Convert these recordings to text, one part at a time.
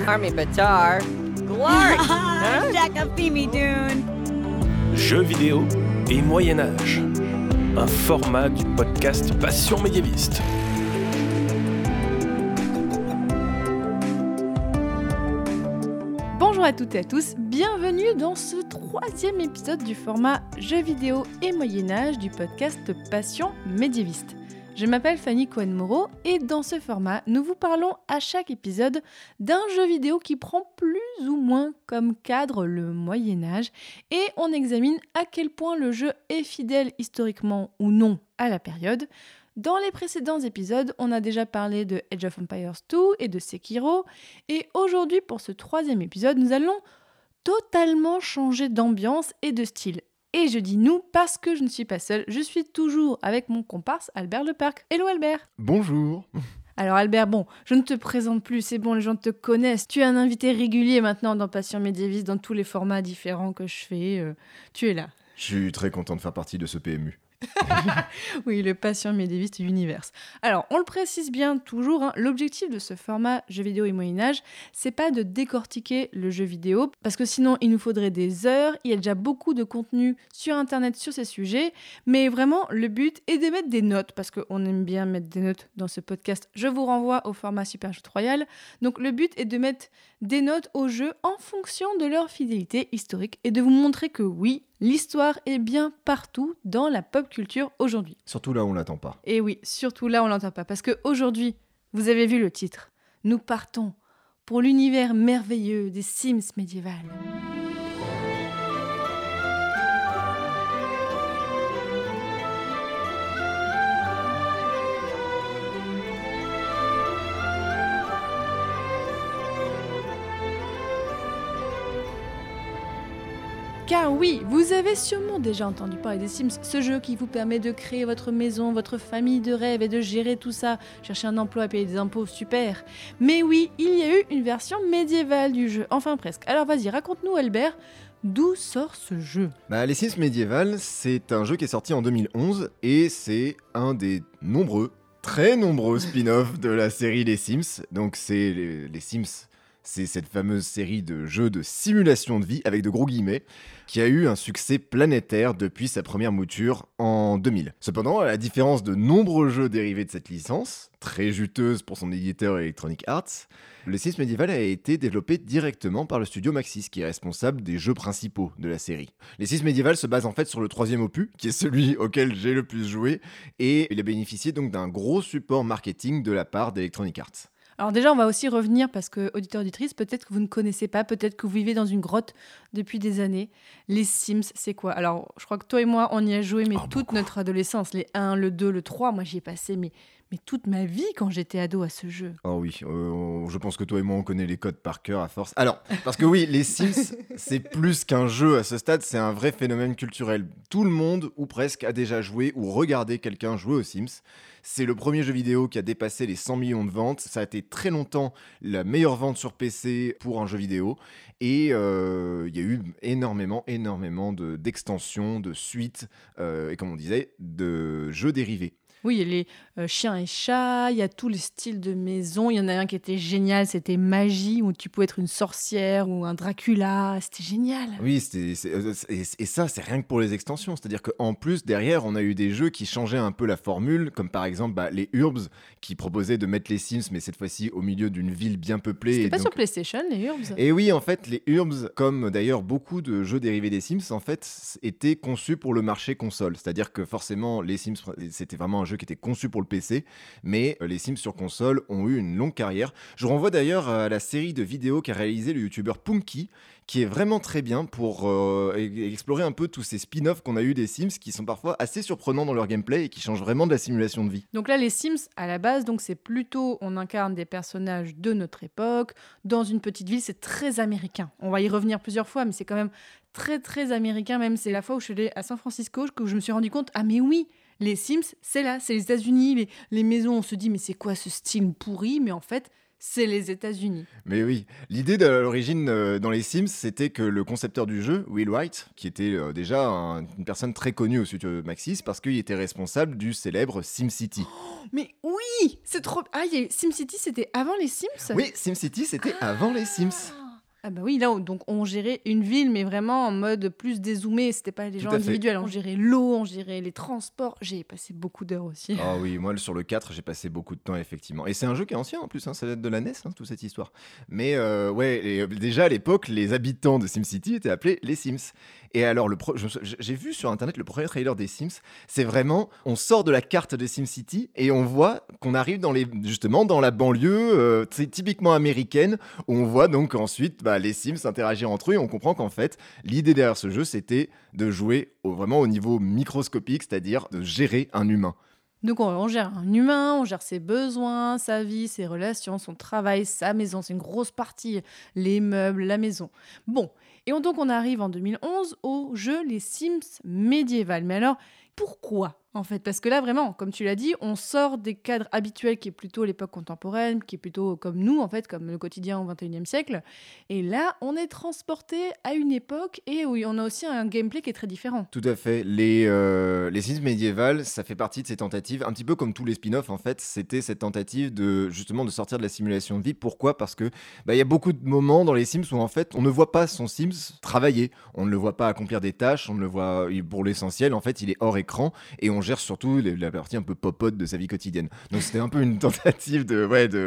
Army Batar. Glory! Huh? Jacopimi-Dune. Jeux vidéo et Moyen-Âge. Un format du podcast Passion médiéviste. Bonjour à toutes et à tous, bienvenue dans ce 3e épisode du format Jeux vidéo et Moyen-Âge du podcast Passion médiéviste. Je m'appelle Fanny Cohen-Moreau et dans ce format, nous vous parlons à chaque épisode d'un jeu vidéo qui prend plus ou moins comme cadre le Moyen-Âge et on examine à quel point le jeu est fidèle historiquement ou non à la période. Dans les précédents épisodes, on a déjà parlé de Age of Empires 2 et de Sekiro et aujourd'hui pour ce 3e épisode, nous allons totalement changer d'ambiance et de style. Et je dis nous parce que je ne suis pas seule, je suis toujours avec mon comparse Albert Leparc. Hello Albert. Bonjour. Alors Albert, bon, je ne te présente plus, c'est bon, les gens te connaissent. Tu es un invité régulier maintenant dans Passion médiéviste, dans tous les formats différents que je fais. Tu es là. Je suis très content de faire partie de ce PMU. Oui, le Passion médiéviste Universe. Alors, on le précise bien toujours, l'objectif de ce format jeux vidéo et Moyen-Âge, c'est pas de décortiquer le jeu vidéo, parce que sinon il nous faudrait des heures, il y a déjà beaucoup de contenu sur internet sur ces sujets, mais vraiment le but est de mettre des notes, parce qu'on aime bien mettre des notes dans ce podcast. Je vous renvoie au format Super Jeux Royal. Donc le but est de mettre des notes aux jeux en fonction de leur fidélité historique et de vous montrer que oui, l'histoire est bien partout dans la pop culture aujourd'hui. Surtout là où on l'attend pas. Et oui, surtout là on l'entend pas. Parce qu'aujourd'hui, vous avez vu le titre, nous partons pour l'univers merveilleux des Sims médiévales. Car oui, vous avez sûrement déjà entendu parler des Sims, ce jeu qui vous permet de créer votre maison, votre famille de rêve et de gérer tout ça, chercher un emploi, payer des impôts, super. Mais oui, il y a eu une version médiévale du jeu, enfin presque. Alors vas-y, raconte-nous Albert, d'où sort ce jeu ? Les Sims Medieval, c'est un jeu qui est sorti en 2011 et c'est un des très nombreux spin-offs de la série Les Sims. Donc c'est les Sims. C'est cette fameuse série de jeux de simulation de vie, avec de gros guillemets, qui a eu un succès planétaire depuis sa première mouture en 2000. Cependant, à la différence de nombreux jeux dérivés de cette licence, très juteuse pour son éditeur Electronic Arts, le Sims Medieval a été développé directement par le studio Maxis, qui est responsable des jeux principaux de la série. Les Sims Medieval se basent en fait sur le 3e opus, qui est celui auquel j'ai le plus joué, et il a bénéficié donc d'un gros support marketing de la part d'Electronic Arts. Alors déjà, on va aussi revenir parce que, auditeurs, auditrices, peut-être que vous ne connaissez pas, peut-être que vous vivez dans une grotte depuis des années. Les Sims, c'est quoi ? Alors, je crois que toi et moi, on y a joué, mais toute notre adolescence, les 1, le 2, le 3, moi j'y ai passé mais toute ma vie quand j'étais ado à ce jeu. Oh oui, je pense que toi et moi, on connaît les codes par cœur à force. Alors, parce que oui, les Sims, c'est plus qu'un jeu à ce stade, c'est un vrai phénomène culturel. Tout le monde, ou presque, a déjà joué ou regardé quelqu'un jouer aux Sims. C'est le premier jeu vidéo qui a dépassé les 100 millions de ventes. Ça a été très longtemps la meilleure vente sur PC pour un jeu vidéo. Et il y a eu énormément d'extensions, de suites, et comme on disait, de jeux dérivés. Oui, il y a les chiens et chats, il y a tous les styles de maison. Il y en a un qui était génial, c'était Magie, où tu pouvais être une sorcière ou un Dracula. C'était génial. Oui, et ça, c'est rien que pour les extensions. C'est-à-dire qu'en plus, derrière, on a eu des jeux qui changeaient un peu la formule, comme par exemple les Urbs, qui proposaient de mettre les Sims, mais cette fois-ci au milieu d'une ville bien peuplée. C'était pas sur PlayStation, les Urbs ? Et oui, en fait, les Urbs, comme d'ailleurs beaucoup de jeux dérivés des Sims, en fait, étaient conçus pour le marché console. C'est-à-dire que forcément, les Sims, c'était vraiment un jeu qui était conçu pour le PC, mais les Sims sur console ont eu une longue carrière. Je renvoie d'ailleurs à la série de vidéos qu'a réalisé le youtubeur Punky, qui est vraiment très bien pour explorer un peu tous ces spin-offs qu'on a eu des Sims, qui sont parfois assez surprenants dans leur gameplay et qui changent vraiment de la simulation de vie. Donc là, les Sims, à la base, donc c'est plutôt, on incarne des personnages de notre époque, dans une petite ville, c'est très américain. On va y revenir plusieurs fois, mais c'est quand même très très américain, même c'est la fois où je suis allée à San Francisco que je me suis rendu compte, ah mais oui, les Sims, c'est là, c'est les États-Unis, les maisons, on se dit mais c'est quoi ce style pourri, mais en fait c'est les États-Unis. Mais oui, l'idée de l'origine dans les Sims, c'était que le concepteur du jeu, Will Wright, qui était déjà une personne très connue au studio Maxis, parce qu'il était responsable du célèbre SimCity. Mais oui, c'est trop... Ah, SimCity, c'était avant les Sims ? Oui, SimCity, c'était avant les Sims. Ah bah oui, là, donc on gérait une ville, mais vraiment en mode plus dézoomé. C'était pas les gens individuels. On gérait l'eau, on gérait les transports. J'ai passé beaucoup d'heures aussi. Ah oui, moi sur le 4, j'ai passé beaucoup de temps, effectivement. Et c'est un jeu qui est ancien en plus, ça date de la NES, toute cette histoire. Mais déjà à l'époque, les habitants de SimCity étaient appelés les Sims. Et alors, j'ai vu sur internet le premier trailer des Sims, c'est vraiment, on sort de la carte de SimCity et on voit qu'on arrive justement dans la banlieue, c'est typiquement américaine, où on voit donc ensuite les Sims interagir entre eux et on comprend qu'en fait, l'idée derrière ce jeu, c'était de jouer vraiment au niveau microscopique, c'est-à-dire de gérer un humain. Donc on gère un humain, on gère ses besoins, sa vie, ses relations, son travail, sa maison. C'est une grosse partie, les meubles, la maison. Bon, et donc on arrive en 2011 au jeu Les Sims médiéval. Mais alors, pourquoi en fait? Parce que là, vraiment, comme tu l'as dit, on sort des cadres habituels qui est plutôt l'époque contemporaine, qui est plutôt comme nous, en fait, comme le quotidien au XXIe siècle. Et là, on est transporté à une époque et où on a aussi un gameplay qui est très différent. Tout à fait. Les Sims médiéval, ça fait partie de ces tentatives, un petit peu comme tous les spin-offs, en fait, c'était cette tentative de sortir de la simulation de vie. Pourquoi ? Parce que y a beaucoup de moments dans les Sims où, en fait, on ne voit pas son Sims travailler. On ne le voit pas accomplir des tâches, on ne le voit, pour l'essentiel, en fait, il est hors écran et on gère surtout la partie un peu popote de sa vie quotidienne. Donc c'était un peu une tentative de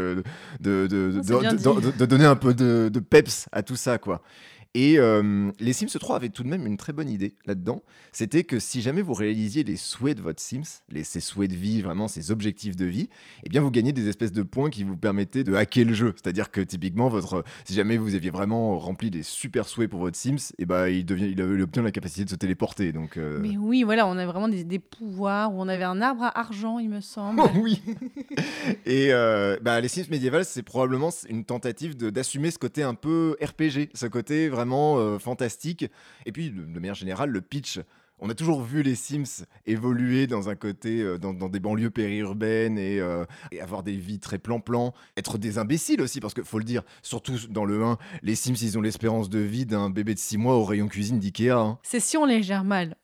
donner un peu de peps à tout ça, quoi. Et les Sims 3 avaient tout de même une très bonne idée là-dedans. C'était que si jamais vous réalisiez les souhaits de votre Sims, ses souhaits de vie, vraiment ses objectifs de vie, eh bien vous gagnez des espèces de points qui vous permettaient de hacker le jeu. C'est-à-dire que typiquement, si jamais vous aviez vraiment rempli des super souhaits pour votre Sims, il obtient la capacité de se téléporter. Donc, Mais oui, voilà, on a vraiment des pouvoirs, où on avait un arbre à argent, il me semble. Oh, oui. Et les Sims médiéval, c'est probablement une tentative d'assumer ce côté un peu RPG, ce côté vraiment fantastique. Et puis, de manière générale, le pitch. On a toujours vu les Sims évoluer dans un côté, dans des banlieues périurbaines et avoir des vies très plan-plan, être des imbéciles aussi, parce qu'il faut le dire, surtout dans le 1, les Sims, ils ont l'espérance de vie d'un bébé de 6 mois au rayon cuisine d'Ikea. Hein. C'est si on les gère mal.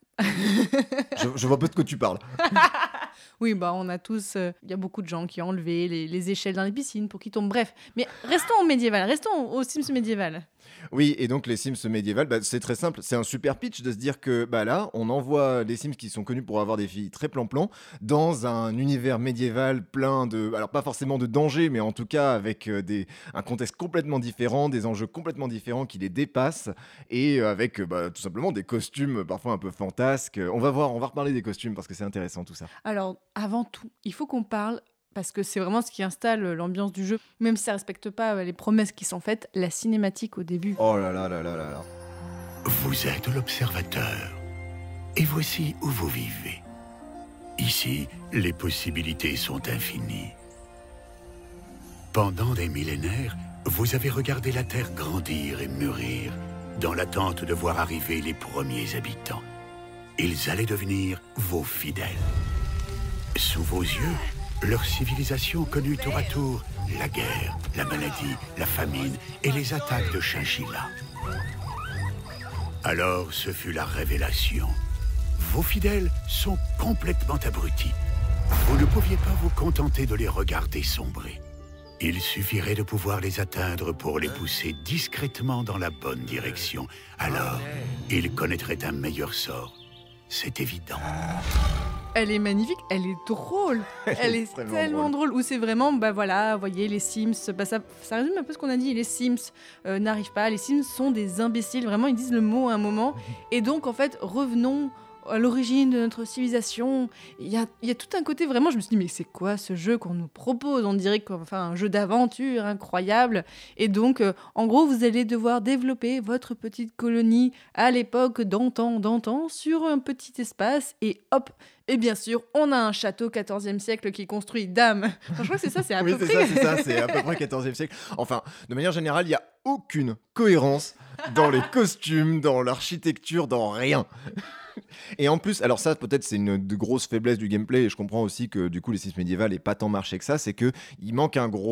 je vois pas de quoi tu parles. Oui, on a tous... Il y a beaucoup de gens qui ont enlevé les échelles dans les piscines pour qu'ils tombent. Bref, mais restons au médiéval, restons au Sims médiéval. Oui, et donc les Sims médiéval, c'est très simple. C'est un super pitch de se dire que là, on envoie des Sims qui sont connus pour avoir des filles très plan-plan dans un univers médiéval plein de... Alors pas forcément de dangers, mais en tout cas avec un contexte complètement différent, des enjeux complètement différents qui les dépassent et avec tout simplement des costumes parfois un peu fantasques. On va reparler des costumes parce que c'est intéressant tout ça. Alors, avant tout, il faut qu'on parle, parce que c'est vraiment ce qui installe l'ambiance du jeu, même si ça ne respecte pas les promesses qui sont faites, la cinématique au début. Oh là là là là là là. Vous êtes l'observateur, et voici où vous vivez. Ici, les possibilités sont infinies. Pendant des millénaires, vous avez regardé la Terre grandir et mûrir, dans l'attente de voir arriver les premiers habitants. Ils allaient devenir vos fidèles. Sous vos yeux, leur civilisation connut tour à tour la guerre, la maladie, la famine et les attaques de chinchillas. Alors, ce fut la révélation. Vos fidèles sont complètement abrutis. Vous ne pouviez pas vous contenter de les regarder sombrer. Il suffirait de pouvoir les atteindre pour les pousser discrètement dans la bonne direction. Alors, ils connaîtraient un meilleur sort. C'est évident. Elle est magnifique, elle est drôle. Elle est tellement drôle. Où c'est vraiment, vous voyez, les Sims, ça résume un peu ce qu'on a dit. Les Sims n'arrivent pas, les Sims sont des imbéciles. Vraiment, ils disent le mot à un moment. Et donc, en fait, revenons à l'origine de notre civilisation. Il y a tout un côté, vraiment, je me suis dit, mais c'est quoi ce jeu qu'on nous propose ? On dirait un jeu d'aventure incroyable. Et donc, en gros, vous allez devoir développer votre petite colonie à l'époque d'antan, sur un petit espace. Et hop, et bien sûr, on a un château 14e siècle qui est construit, dame. Enfin, je crois que c'est ça, c'est à peu près. C'est à peu près 14e siècle. Enfin, de manière générale, il n'y a aucune cohérence dans les costumes, dans l'architecture, dans rien. Et en plus, alors ça peut-être c'est une grosse faiblesse du gameplay, et je comprends aussi que du coup les Sims médiéval n'aient pas tant marché que ça, c'est qu'il manque un gros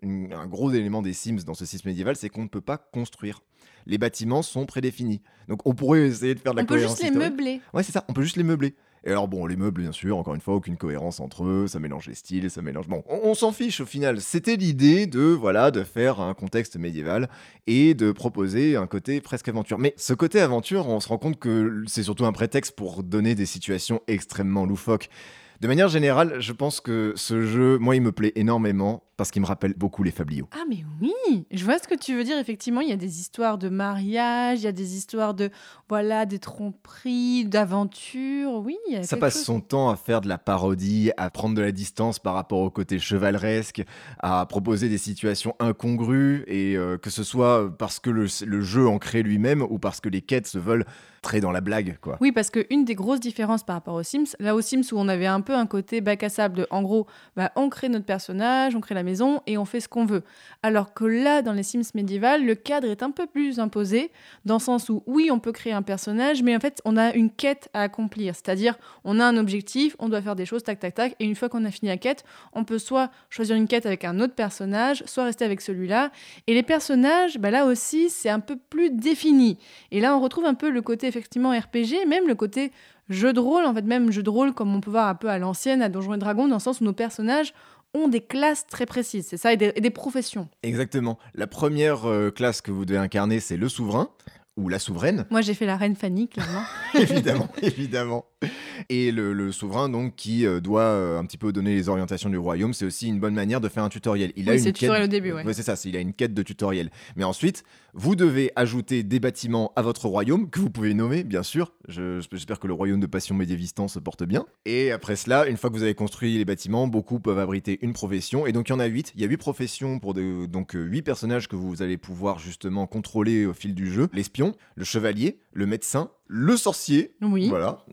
un gros élément des Sims dans ce Sims médiéval, c'est qu'on ne peut pas construire. Les bâtiments sont prédéfinis. Donc on pourrait essayer de faire de la cohérence historique. On peut juste les meubler. Ouais, c'est ça, on peut juste les meubler. Et alors bon, les meubles, bien sûr, encore une fois, aucune cohérence entre eux, ça mélange les styles, ça mélange... Bon, on s'en fiche au final. C'était l'idée de faire un contexte médiéval et de proposer un côté presque aventure. Mais ce côté aventure, on se rend compte que c'est surtout un prétexte pour donner des situations extrêmement loufoques. De manière générale, je pense que ce jeu, moi, il me plaît énormément parce qu'il me rappelle beaucoup les Fabliaux. Ah mais oui, je vois ce que tu veux dire. Effectivement, il y a des histoires de mariage, il y a des histoires de des tromperies, d'aventures. Oui, il y a ça quelque passe chose. son temps à faire de la parodie, à prendre de la distance par rapport au côté chevaleresque, à proposer des situations incongrues, et que ce soit parce que le jeu en crée lui-même ou parce que les quêtes se veulent très dans la blague, quoi. Oui, parce qu'une des grosses différences par rapport aux Sims, là aux Sims où on avait un peu un côté bac à sable, en gros, on crée notre personnage, on crée la maison et on fait ce qu'on veut. Alors que là, dans les Sims médiévales, le cadre est un peu plus imposé, dans le sens où, oui, on peut créer un personnage, mais en fait, on a une quête à accomplir. C'est-à-dire, on a un objectif, on doit faire des choses, tac, tac, tac, et une fois qu'on a fini la quête, on peut soit choisir une quête avec un autre personnage, soit rester avec celui-là. Et les personnages, là aussi, c'est un peu plus défini. Et là, on retrouve un peu le côté, effectivement, RPG, même le côté jeu de rôle, en fait, même jeu de rôle comme on peut voir un peu à l'ancienne, à Donjons et Dragons, dans le sens où nos personnages ont des classes très précises, c'est ça, et des professions. Exactement. La première classe que vous devez incarner, c'est le souverain, ou la souveraine. Moi, j'ai fait la reine Fanny, clairement. évidemment. Et le souverain, donc, qui doit un petit peu donner les orientations du royaume, c'est aussi une bonne manière de faire un tutoriel. C'est tutoriel au début, ouais. Ouais, c'est ça, il a une quête de tutoriel. Mais ensuite, vous devez ajouter des bâtiments à votre royaume, que vous pouvez nommer, bien sûr. J'espère que le royaume de Passion Médiévistan se porte bien. Et après cela, une fois que vous avez construit les bâtiments, beaucoup peuvent abriter une profession. Et donc, il y en a 8. Il y a 8 professions pour 8 personnages que vous allez pouvoir justement contrôler au fil du jeu. L'espion, le chevalier, le médecin, le sorcier, oui. Voilà,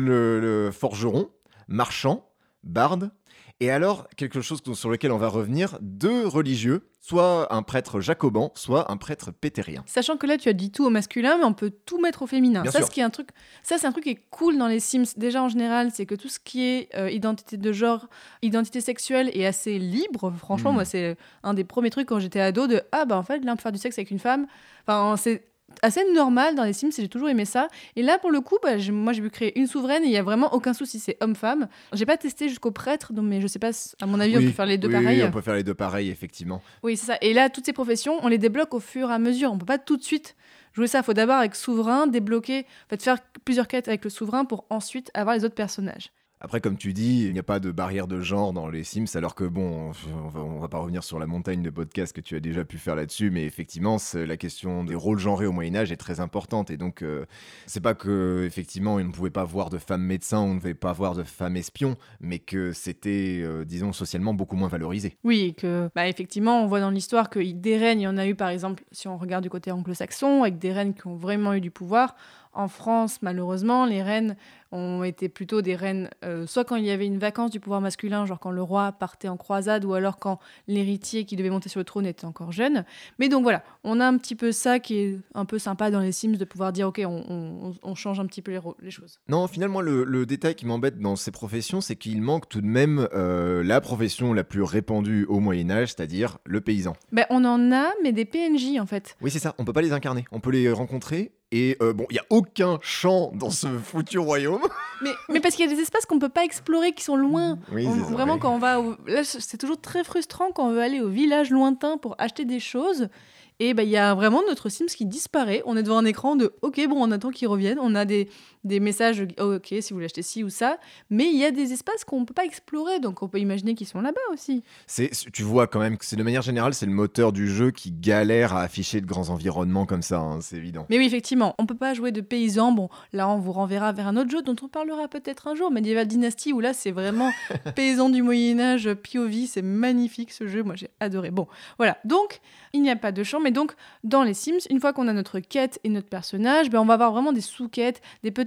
le forgeron, marchand, barde, et alors, quelque chose sur lequel on va revenir, 2 religieux, soit un prêtre jacobin, soit un prêtre pétérien. Sachant que là, tu as dit tout au masculin, mais on peut tout mettre au féminin. Bien ça, sûr. c'est un truc qui est cool dans les Sims. Déjà, en général, c'est que tout ce qui est identité de genre, identité sexuelle est assez libre. Franchement, moi, c'est un des premiers trucs quand j'étais ado de « Ah, en fait, là, on peut faire du sexe avec une femme. » Enfin, c'est assez normal dans les Sims, j'ai toujours aimé ça. Et là, pour le coup, moi, j'ai pu créer une souveraine et il n'y a vraiment aucun souci, c'est homme-femme. J'ai pas testé jusqu'au prêtre, mais je sais pas, à mon avis, on peut faire les deux pareils. Oui, on peut faire les deux pareils, effectivement. Oui, c'est ça. Et là, toutes ces professions, on les débloque au fur et à mesure. On peut pas tout de suite jouer ça. Il faut d'abord, avec souverain, débloquer, faire plusieurs quêtes avec le souverain pour ensuite avoir les autres personnages. Après, comme tu dis, il n'y a pas de barrière de genre dans les Sims, alors que bon, on va pas revenir sur la montagne de podcasts que tu as déjà pu faire là-dessus, mais effectivement, la question des rôles genrés au Moyen-Âge est très importante, et donc c'est pas que effectivement, on ne pouvait pas voir de femmes médecins, on ne pouvait pas voir de femmes espions, mais que c'était, disons, socialement beaucoup moins valorisé. Oui, et que, effectivement, on voit dans l'histoire que des reines, il y en a eu, par exemple, si on regarde du côté anglo-saxon, avec des reines qui ont vraiment eu du pouvoir. En France, malheureusement, les reines ont été plutôt des reines, soit quand il y avait une vacance du pouvoir masculin, genre quand le roi partait en croisade, ou alors quand l'héritier qui devait monter sur le trône était encore jeune. Mais donc voilà, on a un petit peu ça qui est un peu sympa dans les Sims, de pouvoir dire, ok, on change un petit peu les choses. Non, finalement, le détail qui m'embête dans ces professions, c'est qu'il manque tout de même la profession la plus répandue au Moyen-Âge, c'est-à-dire le paysan. On en a, mais des PNJ, en fait. Oui, c'est ça, on peut pas les incarner, on peut les rencontrer. Et il n'y a aucun champ dans ce foutu royaume. Mais parce qu'il y a des espaces qu'on ne peut pas explorer, qui sont loin. Oui, vraiment, quand on va... Là, c'est toujours très frustrant quand on veut aller au village lointain pour acheter des choses. Et il y a vraiment notre Sims qui disparaît. On est devant un écran de « Ok, on attend qu'il revienne ». On a des messages « Ok, si vous voulez acheter ci ou ça ». Mais il y a des espaces qu'on ne peut pas explorer. Donc on peut imaginer qu'ils sont là-bas aussi. Tu vois quand même que de manière générale, c'est le moteur du jeu qui galère à afficher de grands environnements comme ça, hein, c'est évident. Mais oui, effectivement, on ne peut pas jouer de paysans. Bon, là, on vous renverra vers un autre jeu dont on parlera peut-être un jour, Medieval Dynasty, où là, c'est vraiment paysans du Moyen-Âge, POV. C'est magnifique ce jeu. Moi, j'ai adoré. Bon, voilà. Donc, il n'y a pas de champ. Mais donc, dans les Sims, une fois qu'on a notre quête et notre personnage, on va avoir vraiment des sous-quêtes, des petits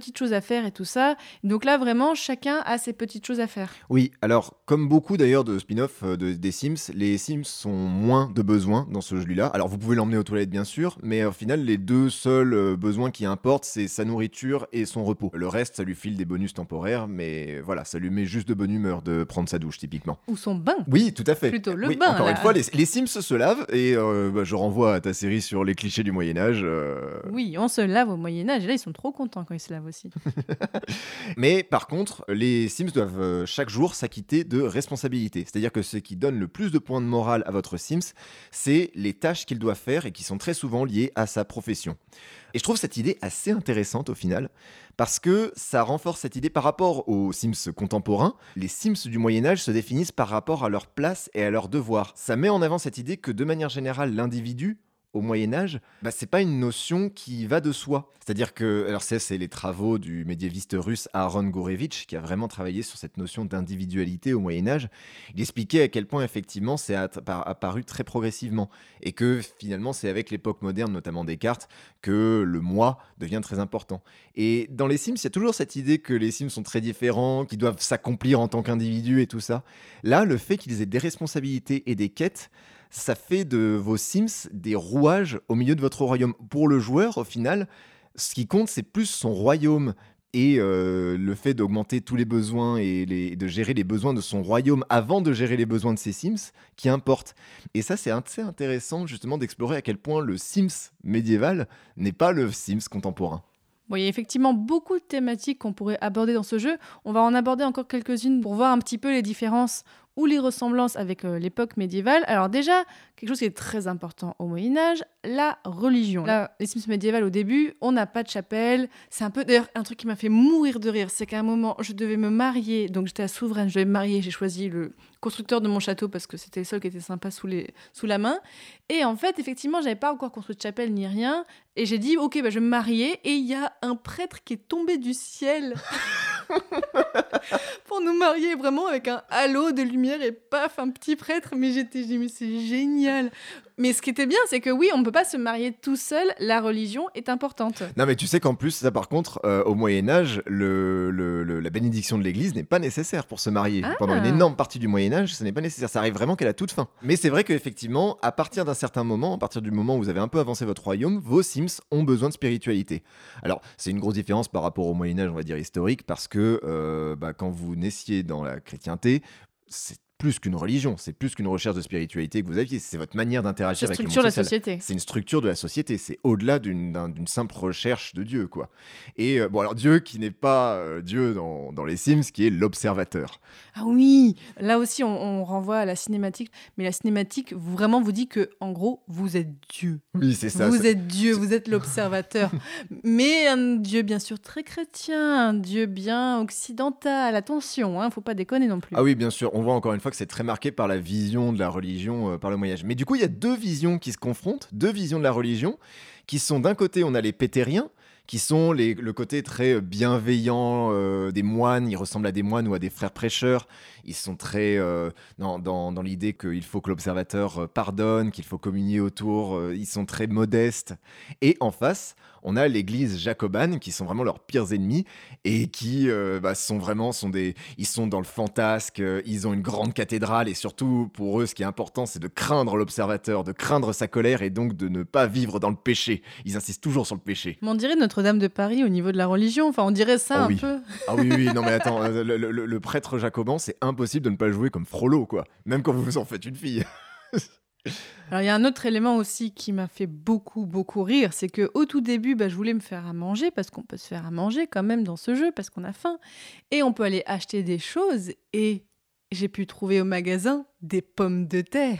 petites choses à faire et tout ça. Donc là, vraiment, chacun a ses petites choses à faire. Oui, alors comme beaucoup d'ailleurs de spin-off des Sims, les Sims sont moins de besoins dans ce jeu-là. Alors vous pouvez l'emmener aux toilettes bien sûr, mais au final les deux seuls besoins qui importent, c'est sa nourriture et son repos. Le reste, ça lui file des bonus temporaires, mais voilà, ça lui met juste de bonne humeur de prendre sa douche typiquement. Ou son bain. Oui, tout à fait. Plutôt le Oui, bain. encore là. une fois, les Sims se lavent et je renvoie à ta série sur les clichés du Moyen-Âge. Oui, on se lave au Moyen-Âge et là, ils sont trop contents quand ils se lavent aussi. Mais par contre, les Sims doivent chaque jour s'acquitter de responsabilités. C'est-à-dire que ce qui donne le plus de points de morale à votre Sims, c'est les tâches qu'il doit faire et qui sont très souvent liées à sa profession. Et je trouve cette idée assez intéressante au final, parce que ça renforce cette idée par rapport aux Sims contemporains. Les Sims du Moyen-Âge se définissent par rapport à leur place et à leurs devoirs. Ça met en avant cette idée que de manière générale, l'individu, au Moyen-Âge, c'est pas une notion qui va de soi. C'est-à-dire que, alors c'est les travaux du médiéviste russe Aaron Gourevitch qui a vraiment travaillé sur cette notion d'individualité au Moyen-Âge. Il expliquait à quel point effectivement c'est apparu très progressivement et que finalement c'est avec l'époque moderne, notamment Descartes, que le moi devient très important. Et dans les Sims, il y a toujours cette idée que les Sims sont très différents, qu'ils doivent s'accomplir en tant qu'individus et tout ça. Là, le fait qu'ils aient des responsabilités et des quêtes, ça fait de vos Sims des rouages au milieu de votre royaume. Pour le joueur, au final, ce qui compte, c'est plus son royaume et le fait d'augmenter tous les besoins et de gérer les besoins de son royaume avant de gérer les besoins de ses Sims qui importe. Et ça, c'est assez intéressant justement d'explorer à quel point le Sims médiéval n'est pas le Sims contemporain. Bon, il y a effectivement beaucoup de thématiques qu'on pourrait aborder dans ce jeu. On va en aborder encore quelques-unes pour voir un petit peu les différences ou les ressemblances avec l'époque médiévale. Alors déjà, quelque chose qui est très important au Moyen-Âge, la religion. Là, les Sims médiévales, au début, on n'a pas de chapelle. C'est un peu, d'ailleurs, un truc qui m'a fait mourir de rire. C'est qu'à un moment, je devais me marier. Donc j'étais à souveraine, je devais me marier. J'ai choisi le constructeur de mon château parce que c'était le seul qui était sympa sous la main. Et en fait, effectivement, j'avais pas encore construit de chapelle ni rien. Et j'ai dit, ok, je vais me marier. Et il y a un prêtre qui est tombé du ciel pour nous marier, vraiment avec un halo de lumière et paf, un petit prêtre. Mais j'ai dit, mais c'est génial. Mais ce qui était bien, c'est que oui, on ne peut pas se marier tout seul, la religion est importante. Non, mais tu sais qu'en plus, ça par contre, au Moyen-Âge, la bénédiction de l'Église n'est pas nécessaire pour se marier. Ah. Pendant une énorme partie du Moyen-Âge, ce n'est pas nécessaire. Ça arrive vraiment qu'à la toute fin. Mais c'est vrai qu'effectivement, à partir d'un certain moment, à partir du moment où vous avez un peu avancé votre royaume, vos Sims ont besoin de spiritualité. Alors, c'est une grosse différence par rapport au Moyen-Âge, on va dire historique, parce que quand vous naissiez dans la chrétienté, c'est plus qu'une religion, c'est plus qu'une recherche de spiritualité que vous aviez, c'est votre manière d'interagir avec le monde social. C'est une structure de la société. C'est une structure de la société, c'est au-delà d'une simple recherche de Dieu, quoi. Et alors Dieu qui n'est pas Dieu dans les Sims, qui est l'observateur. Ah oui, là aussi on renvoie à la cinématique, mais la cinématique vraiment vous dit que en gros vous êtes Dieu. Oui, c'est ça. Vous êtes Dieu, vous êtes l'observateur. Mais un Dieu bien sûr très chrétien, un Dieu bien occidental, attention, faut pas déconner non plus. Ah oui, bien sûr, on voit encore une fois que c'est très marqué par la vision de la religion par le Moyen-Âge. Mais du coup, il y a deux visions qui se confrontent, deux visions de la religion, qui sont d'un côté, on a les pétériens, qui sont le côté très bienveillant des moines. Ils ressemblent à des moines ou à des frères prêcheurs. Ils sont très dans l'idée qu'il faut que l'observateur pardonne, qu'il faut communier autour. Ils sont très modestes. Et en face, on a l'église jacobane, qui sont vraiment leurs pires ennemis et qui ils sont dans le fantasque. Ils ont une grande cathédrale et surtout, pour eux, ce qui est important, c'est de craindre l'observateur, de craindre sa colère et donc de ne pas vivre dans le péché. Ils insistent toujours sur le péché. Mais on dirait Notre-Dame de Paris au niveau de la religion. Enfin, on dirait ça un peu. Ah oui, non mais attends, le prêtre jacoban, c'est impossible de ne pas jouer comme Frollo, quoi. Même quand vous en faites une fille. Alors il y a un autre élément aussi qui m'a fait beaucoup rire, c'est que au tout début, je voulais me faire à manger parce qu'on peut se faire à manger quand même dans ce jeu parce qu'on a faim et on peut aller acheter des choses et j'ai pu trouver au magasin des pommes de terre.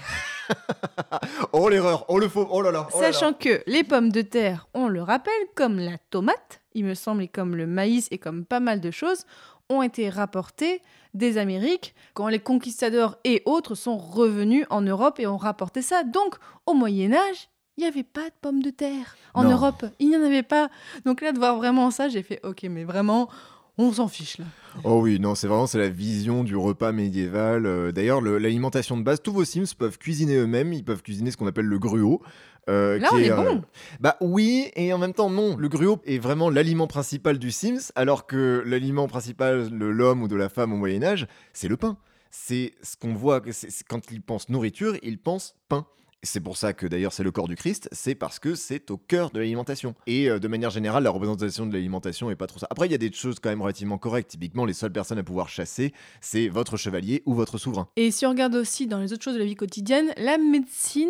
Oh l'erreur, oh le faux, oh là là. Sachant que les pommes de terre, on le rappelle, comme la tomate, il me semble, et comme le maïs et comme pas mal de choses, ont été rapportées des Amériques quand les conquistadors et autres sont revenus en Europe et ont rapporté ça. Donc, au Moyen-Âge, il n'y avait pas de pommes de terre. En Europe, il n'y en avait pas. Donc là, de voir vraiment ça, j'ai fait « Ok, mais vraiment, On s'en fiche là. Oh oui, non, c'est la vision du repas médiéval. D'ailleurs, l'alimentation de base, tous vos Sims peuvent cuisiner eux-mêmes. Ils peuvent cuisiner ce qu'on appelle le gruau. Là, on est bon. Bah oui, et en même temps, non. Le gruau est vraiment l'aliment principal du Sims, alors que l'aliment principal de l'homme ou de la femme au Moyen-Âge, c'est le pain. C'est ce qu'on voit, quand ils pensent nourriture, ils pensent pain. C'est pour ça que d'ailleurs c'est le corps du Christ, c'est parce que c'est au cœur de l'alimentation. Et de manière générale, la représentation de l'alimentation est pas trop ça. Après, il y a des choses quand même relativement correctes. Typiquement, les seules personnes à pouvoir chasser, c'est votre chevalier ou votre souverain. Et si on regarde aussi dans les autres choses de la vie quotidienne, la médecine,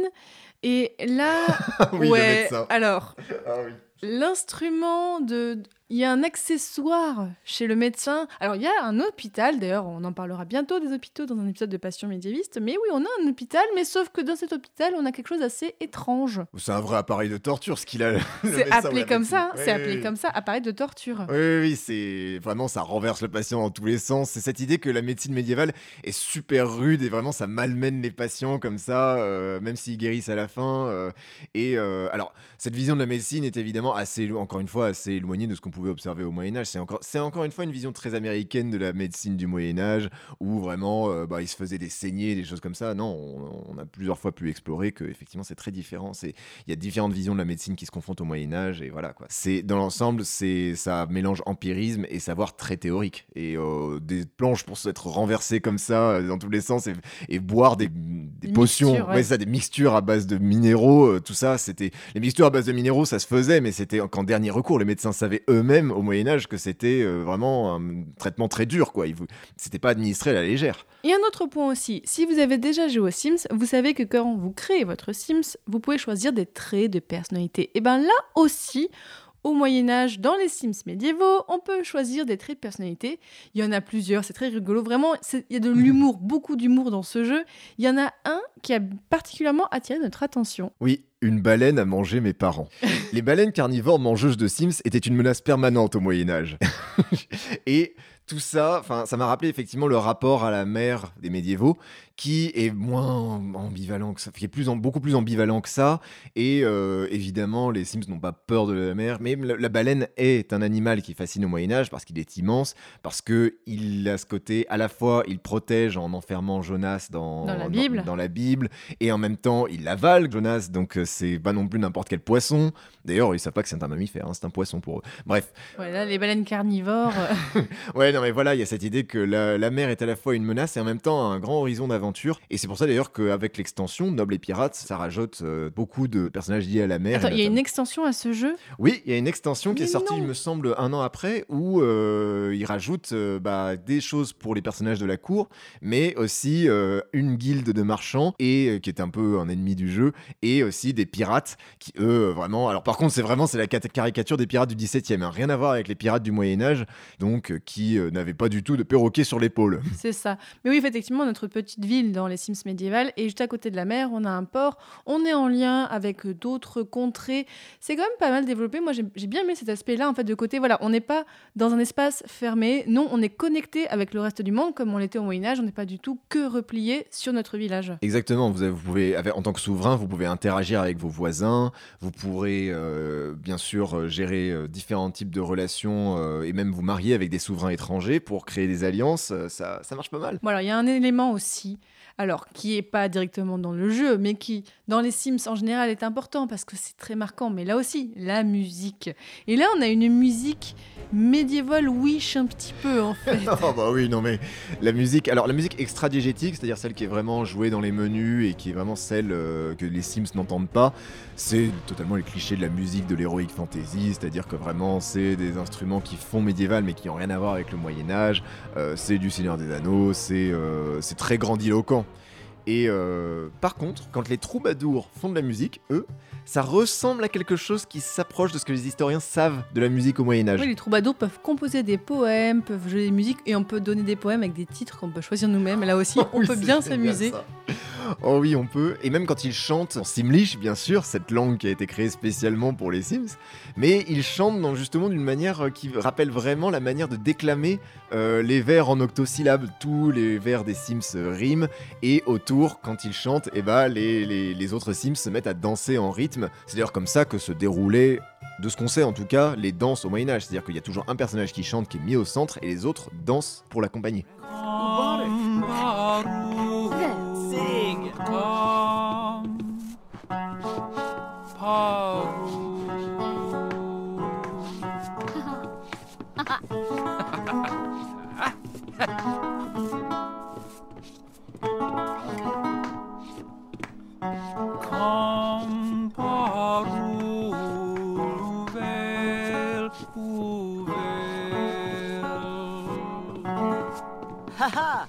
et là... Oui, le médecin. Alors, Ah oui. l'instrument de... Il y a un accessoire chez le médecin. Alors, il y a un hôpital, d'ailleurs, on en parlera bientôt des hôpitaux dans un épisode de Passion médiéviste. Mais oui, on a un hôpital, mais sauf que dans cet hôpital, on a quelque chose d'assez étrange. C'est un vrai appareil de torture, ce qu'il a. C'est appelé comme ça, c'est appelé comme ça, appareil de torture. Oui, c'est vraiment, ça renverse le patient dans tous les sens. C'est cette idée que la médecine médiévale est super rude et vraiment ça malmène les patients comme ça, même s'ils guérissent à la fin. Alors, cette vision de la médecine est évidemment encore une fois, assez éloignée de ce qu'on pouvait observer au Moyen-Âge. C'est encore une fois une vision très américaine de la médecine du Moyen-Âge, où vraiment, il se faisait des saignées, des choses comme ça. Non, on a plusieurs fois pu explorer que effectivement c'est très différent. Il y a différentes visions de la médecine qui se confrontent au Moyen-Âge, et voilà quoi. Dans l'ensemble, ça mélange empirisme et savoir très théorique. Et des planches pour s'être renversées comme ça, dans tous les sens, et boire des potions, mixtures, ouais. Des mixtures à base de minéraux, tout ça, les mixtures à base de minéraux, ça se faisait, mais c'était qu'en dernier recours. Les médecins savaient eux-mêmes au Moyen-Âge que c'était vraiment un traitement très dur, quoi. C'était pas administré à la légère. Et un autre point aussi, si vous avez déjà joué aux Sims, vous savez que quand vous créez votre Sims, vous pouvez choisir des traits de personnalité. Et bien là aussi, au Moyen-Âge, dans les Sims médiévaux, on peut choisir des traits de personnalité. Il y en a plusieurs, c'est très rigolo. Vraiment, il y a de l'humour, beaucoup d'humour dans ce jeu. Il y en a un qui a particulièrement attiré notre attention. Oui, une baleine a mangé mes parents. Les baleines carnivores mangeuses de Sims étaient une menace permanente au Moyen-Âge. Et tout ça, ça m'a rappelé effectivement le rapport à la mer des médiévaux, qui est moins ambivalent que ça, qui est beaucoup plus ambivalent que ça. Et évidemment, les Sims n'ont pas peur de la mer, mais la baleine est un animal qui fascine au Moyen-Âge parce qu'il est immense, parce qu'il a ce côté, à la fois, il protège en enfermant Jonas dans la Bible, et en même temps, il avale Jonas, donc c'est pas non plus n'importe quel poisson. D'ailleurs, ils savent pas que c'est un mammifère, c'est un poisson pour eux. Bref. Ouais, là, les baleines carnivores... Ouais, non mais voilà, il y a cette idée que la mer est à la fois une menace et en même temps un grand horizon d'aventure. Et c'est pour ça d'ailleurs qu'avec l'extension Nobles et Pirates, ça rajoute beaucoup de personnages liés à la mer. Attends, il y a une extension à ce jeu ? Oui, il y a une extension qui est sortie, il me semble, 1 an après, où il rajoute des choses pour les personnages de la cour, mais aussi une guilde de marchands, et qui est un peu un ennemi du jeu, et aussi des pirates qui, eux, vraiment... Alors par contre, c'est la caricature des pirates du 17e, hein, rien à voir avec les pirates du Moyen-Âge, donc qui n'avait pas du tout de perroquet sur l'épaule. C'est ça. Mais oui, effectivement, notre petite ville dans les Sims médiévales, et juste à côté de la mer, on a un port, on est en lien avec d'autres contrées. C'est quand même pas mal développé. Moi, j'ai bien aimé cet aspect-là, en fait, de côté, voilà, on n'est pas dans un espace fermé. Non, on est connecté avec le reste du monde, comme on l'était au Moyen-Âge. On n'est pas du tout que replié sur notre village. Exactement. Vous pouvez, en tant que souverain, vous pouvez interagir avec vos voisins. Vous pourrez, bien sûr, gérer différents types de relations et même vous marier avec des souverains étrangers pour créer des alliances, ça marche pas mal. Bon, alors il y a un élément aussi, alors qui est pas directement dans le jeu, mais qui dans les Sims en général est important parce que c'est très marquant, mais là aussi, la musique. Et là, on a une musique médiévale Wish un petit peu en fait. Oh bah oui, non mais la musique extra-diégétique, c'est-à-dire celle qui est vraiment jouée dans les menus et qui est vraiment celle que les Sims n'entendent pas, c'est totalement les clichés de la musique de l'heroic fantasy, c'est-à-dire que vraiment c'est des instruments qui font médiéval mais qui n'ont rien à voir avec le Moyen-Âge, c'est du Seigneur des Anneaux, c'est très grandiloquent. Et par contre, quand les troubadours font de la musique, eux, ça ressemble à quelque chose qui s'approche de ce que les historiens savent de la musique au Moyen-Âge. Oui, les troubadours peuvent composer des poèmes, peuvent jouer des musiques, et on peut donner des poèmes avec des titres qu'on peut choisir nous-mêmes. Là aussi, on peut bien s'amuser. Oh oui, on peut. Et même quand ils chantent en Simlish, bien sûr, cette langue qui a été créée spécialement pour les Sims, mais ils chantent justement d'une manière qui rappelle vraiment la manière de déclamer les vers en octosyllabes. Tous les vers des Sims riment, et autour tour, quand ils chantent, et les autres Sims se mettent à danser en rythme. C'est d'ailleurs comme ça que se déroulaient, de ce qu'on sait en tout cas, les danses au Moyen-Âge. C'est-à-dire qu'il y a toujours un personnage qui chante, qui est mis au centre, et les autres dansent pour l'accompagner. Sing. Haha.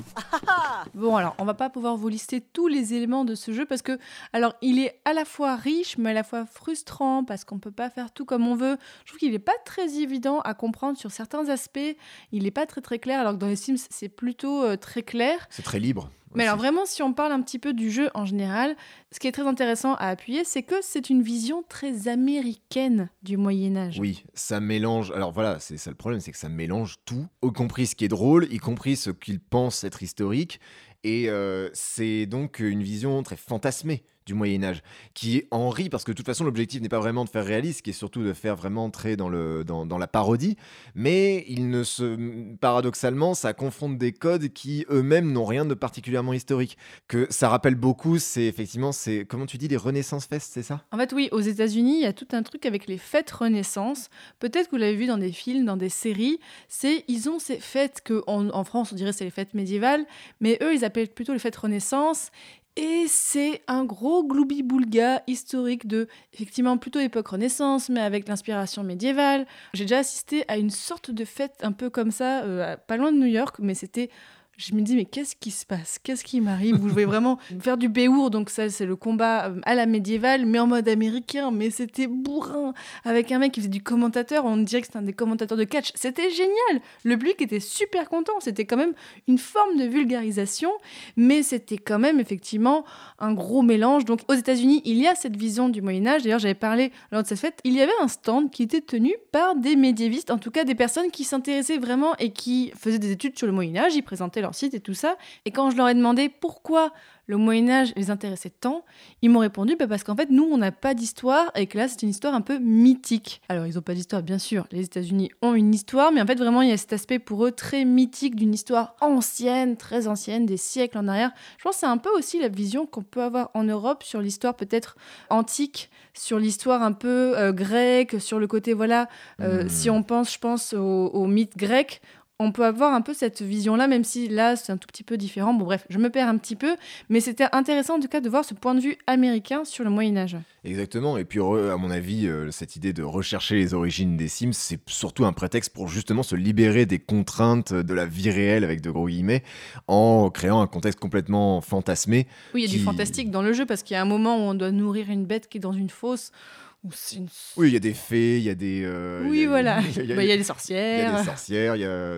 Bon, alors, on va pas pouvoir vous lister tous les éléments de ce jeu parce que, alors, il est à la fois riche, mais à la fois frustrant parce qu'on peut pas faire tout comme on veut. Je trouve qu'il est pas très évident à comprendre sur certains aspects. Il est pas très très clair, alors que dans les Sims, c'est plutôt très clair. C'est très libre. Mais aussi. alors vraiment, si on parle un petit peu du jeu en général, ce qui est très intéressant à appuyer, c'est que c'est une vision très américaine du Moyen-Âge. Oui, ça mélange. Alors voilà, c'est ça le problème, c'est que ça mélange tout, y compris ce qui est drôle, y compris ce qu'ils pensent être historique. Et c'est donc une vision très fantasmée du Moyen-Âge, qui en rit, parce que de toute façon, l'objectif n'est pas vraiment de faire réaliste, qui est surtout de faire vraiment entrer dans la parodie, mais paradoxalement, ça confronte des codes qui eux-mêmes n'ont rien de particulièrement historique. Que ça rappelle beaucoup, c'est comment tu dis, les Renaissance Fest, c'est ça ? En fait, oui, aux États-Unis, il y a tout un truc avec les fêtes Renaissance. Peut-être que vous l'avez vu dans des films, dans des séries. Ils ont ces fêtes que en France, on dirait c'est les fêtes médiévales, mais eux, ils appellent plutôt les fêtes Renaissance. Et c'est un gros gloubi-boulga historique de, effectivement, plutôt époque Renaissance, mais avec l'inspiration médiévale. J'ai déjà assisté à une sorte de fête un peu comme ça, pas loin de New York, mais c'était... Je me dis, mais qu'est-ce qui se passe ? Qu'est-ce qui m'arrive ? Vous pouvez vraiment faire du béour, donc ça, c'est le combat à la médiévale, mais en mode américain, mais c'était bourrin, avec un mec qui faisait du commentateur, on dirait que c'était un des commentateurs de catch. C'était génial ! Le public était super content, c'était quand même une forme de vulgarisation, mais c'était quand même, effectivement, un gros mélange. Donc, aux États-Unis, il y a cette vision du Moyen-Âge. D'ailleurs, j'avais parlé lors de cette fête, il y avait un stand qui était tenu par des médiévistes, en tout cas des personnes qui s'intéressaient vraiment et qui faisaient des études sur le Moyen-Âge, ils présentaient leur site et tout ça. Et quand je leur ai demandé pourquoi le Moyen-Âge les intéressait tant, ils m'ont répondu parce qu'en fait, nous, on n'a pas d'histoire et que là, c'est une histoire un peu mythique. Alors, ils n'ont pas d'histoire, bien sûr. Les États-Unis ont une histoire, mais en fait, vraiment, il y a cet aspect pour eux très mythique d'une histoire ancienne, très ancienne, des siècles en arrière. Je pense que c'est un peu aussi la vision qu'on peut avoir en Europe sur l'histoire peut-être antique, sur l'histoire un peu grecque, sur le côté, si on pense, je pense, au mythe grec, on peut avoir un peu cette vision-là, même si là, c'est un tout petit peu différent. Bon, bref, je me perds un petit peu, mais c'était intéressant en tout cas de voir ce point de vue américain sur le Moyen-Âge. Exactement, et puis à mon avis, cette idée de rechercher les origines des Sims, c'est surtout un prétexte pour justement se libérer des contraintes de la vie réelle, avec de gros guillemets, en créant un contexte complètement fantasmé. Oui, il y a du fantastique dans le jeu, parce qu'il y a un moment où on doit nourrir une bête qui est dans une fosse. Oui, il y a des fées, il y a des... oui, voilà. Il y a des sorcières. Il y a des sorcières,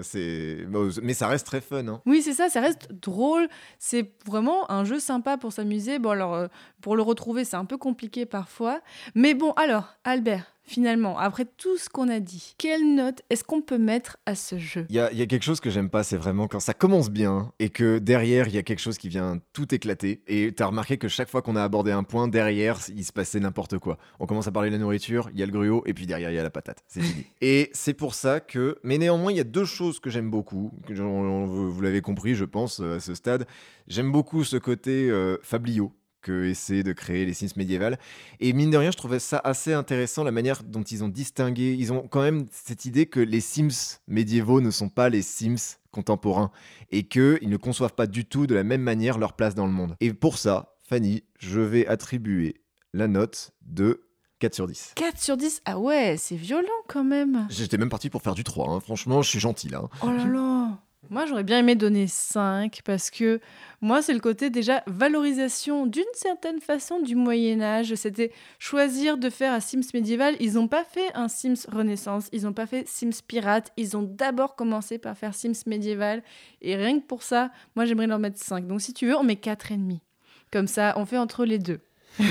mais ça reste très fun. Hein. Oui, c'est ça reste drôle. C'est vraiment un jeu sympa pour s'amuser. Bon, alors, pour le retrouver, c'est un peu compliqué parfois. Mais bon, alors, Albert, finalement, après tout ce qu'on a dit, quelle note est-ce qu'on peut mettre à ce jeu ? Il y a quelque chose que j'aime pas, c'est vraiment quand ça commence bien et que derrière, il y a quelque chose qui vient tout éclater. Et t'as remarqué que chaque fois qu'on a abordé un point, derrière, il se passait n'importe quoi. On commence à parler de la nourriture, il y a le gruau, et puis derrière, il y a la patate. C'est fini. Et c'est pour ça que... Mais néanmoins, il y a deux choses que j'aime beaucoup. Vous l'avez compris, je pense, à ce stade. J'aime beaucoup ce côté fabliau que essaient de créer les Sims médiévales. Et mine de rien, je trouvais ça assez intéressant, la manière dont ils ont distingué. Ils ont quand même cette idée que les Sims médiévaux ne sont pas les Sims contemporains et qu'ils ne conçoivent pas du tout de la même manière leur place dans le monde. Et pour ça, Fanny, je vais attribuer la note de 4 sur 10. 4 sur 10 ? Ah ouais, c'est violent quand même. J'étais même parti pour faire du 3, hein. Franchement, je suis gentil là. Oh là là. Moi, j'aurais bien aimé donner 5 parce que moi, c'est le côté déjà valorisation d'une certaine façon du Moyen-Âge. C'était choisir de faire un Sims médiéval. Ils n'ont pas fait un Sims Renaissance, ils n'ont pas fait Sims Pirate. Ils ont d'abord commencé par faire Sims médiéval. Et rien que pour ça, moi, j'aimerais leur mettre 5. Donc, si tu veux, on met 4,5. Comme ça, on fait entre les deux.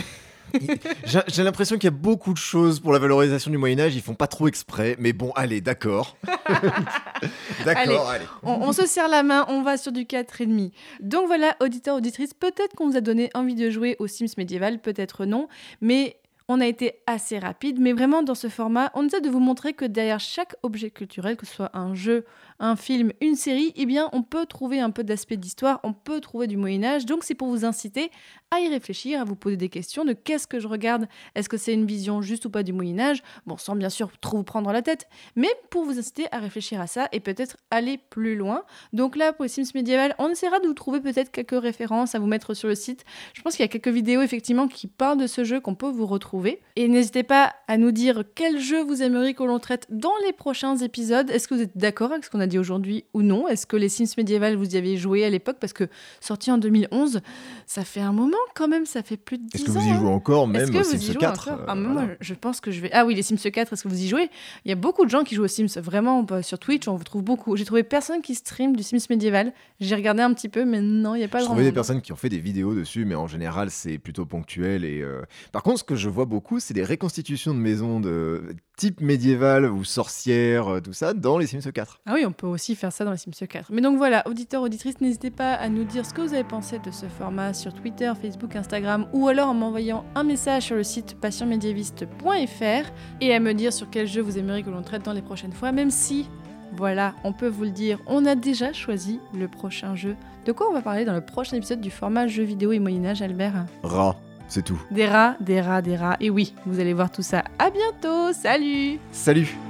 J'ai l'impression qu'il y a beaucoup de choses pour la valorisation du Moyen-Âge, ils font pas trop exprès, mais bon, allez, d'accord. D'accord, allez. On se serre la main, on va sur du 4,5. Donc voilà, auditeurs, auditrices, peut-être qu'on vous a donné envie de jouer aux Sims médiéval, peut-être non, mais on a été assez rapide. Mais vraiment, dans ce format, on essaie de vous montrer que derrière chaque objet culturel, que ce soit un jeu, un film, une série, eh bien, on peut trouver un peu d'aspect d'histoire, on peut trouver du Moyen-Âge. Donc, c'est pour vous inciter à y réfléchir, à vous poser des questions de qu'est-ce que je regarde, est-ce que c'est une vision juste ou pas du Moyen-Âge, bon, sans bien sûr trop vous prendre la tête, mais pour vous inciter à réfléchir à ça et peut-être aller plus loin. Donc là, pour les Sims médiéval, on essaiera de vous trouver peut-être quelques références à vous mettre sur le site. Je pense qu'il y a quelques vidéos effectivement qui parlent de ce jeu qu'on peut vous retrouver. Et n'hésitez pas à nous dire quel jeu vous aimeriez que l'on traite dans les prochains épisodes. Est-ce que vous êtes d'accord avec ce qu'on a dit aujourd'hui ou non? Est-ce que les Sims médiéval, vous y avez joué à l'époque? Parce que sorti en 2011, ça fait un moment quand même, ça fait plus de 10 ans. Est-ce que vous y jouez encore, même aux Sims 4 Moi, je pense que je vais... Ah oui, les Sims 4, est-ce que vous y jouez? Il y a beaucoup de gens qui jouent aux Sims, vraiment, sur Twitch, on vous trouve beaucoup. J'ai trouvé personne qui stream du Sims médiéval. J'ai regardé un petit peu, mais non, il n'y a pas Je grand trouvais monde. des personnes qui ont fait des vidéos dessus, mais en général, c'est plutôt ponctuel. Par contre, ce que je vois beaucoup, c'est des reconstitutions de maisons de type médiéval ou sorcière, tout ça, dans les Sims 4. Ah oui, on peut aussi faire ça dans les Sims 4. Mais donc voilà, auditeurs, auditrices, n'hésitez pas à nous dire ce que vous avez pensé de ce format sur Twitter, Facebook, Instagram, ou alors en m'envoyant un message sur le site passionmédiéviste.fr et à me dire sur quel jeu vous aimeriez que l'on traite dans les prochaines fois, même si, voilà, on peut vous le dire, on a déjà choisi le prochain jeu. De quoi on va parler dans le prochain épisode du format jeux vidéo et Moyen-Âge, Albert? Rats, c'est tout. Des rats, des rats, des rats. Et oui, vous allez voir tout ça. À bientôt, salut! Salut!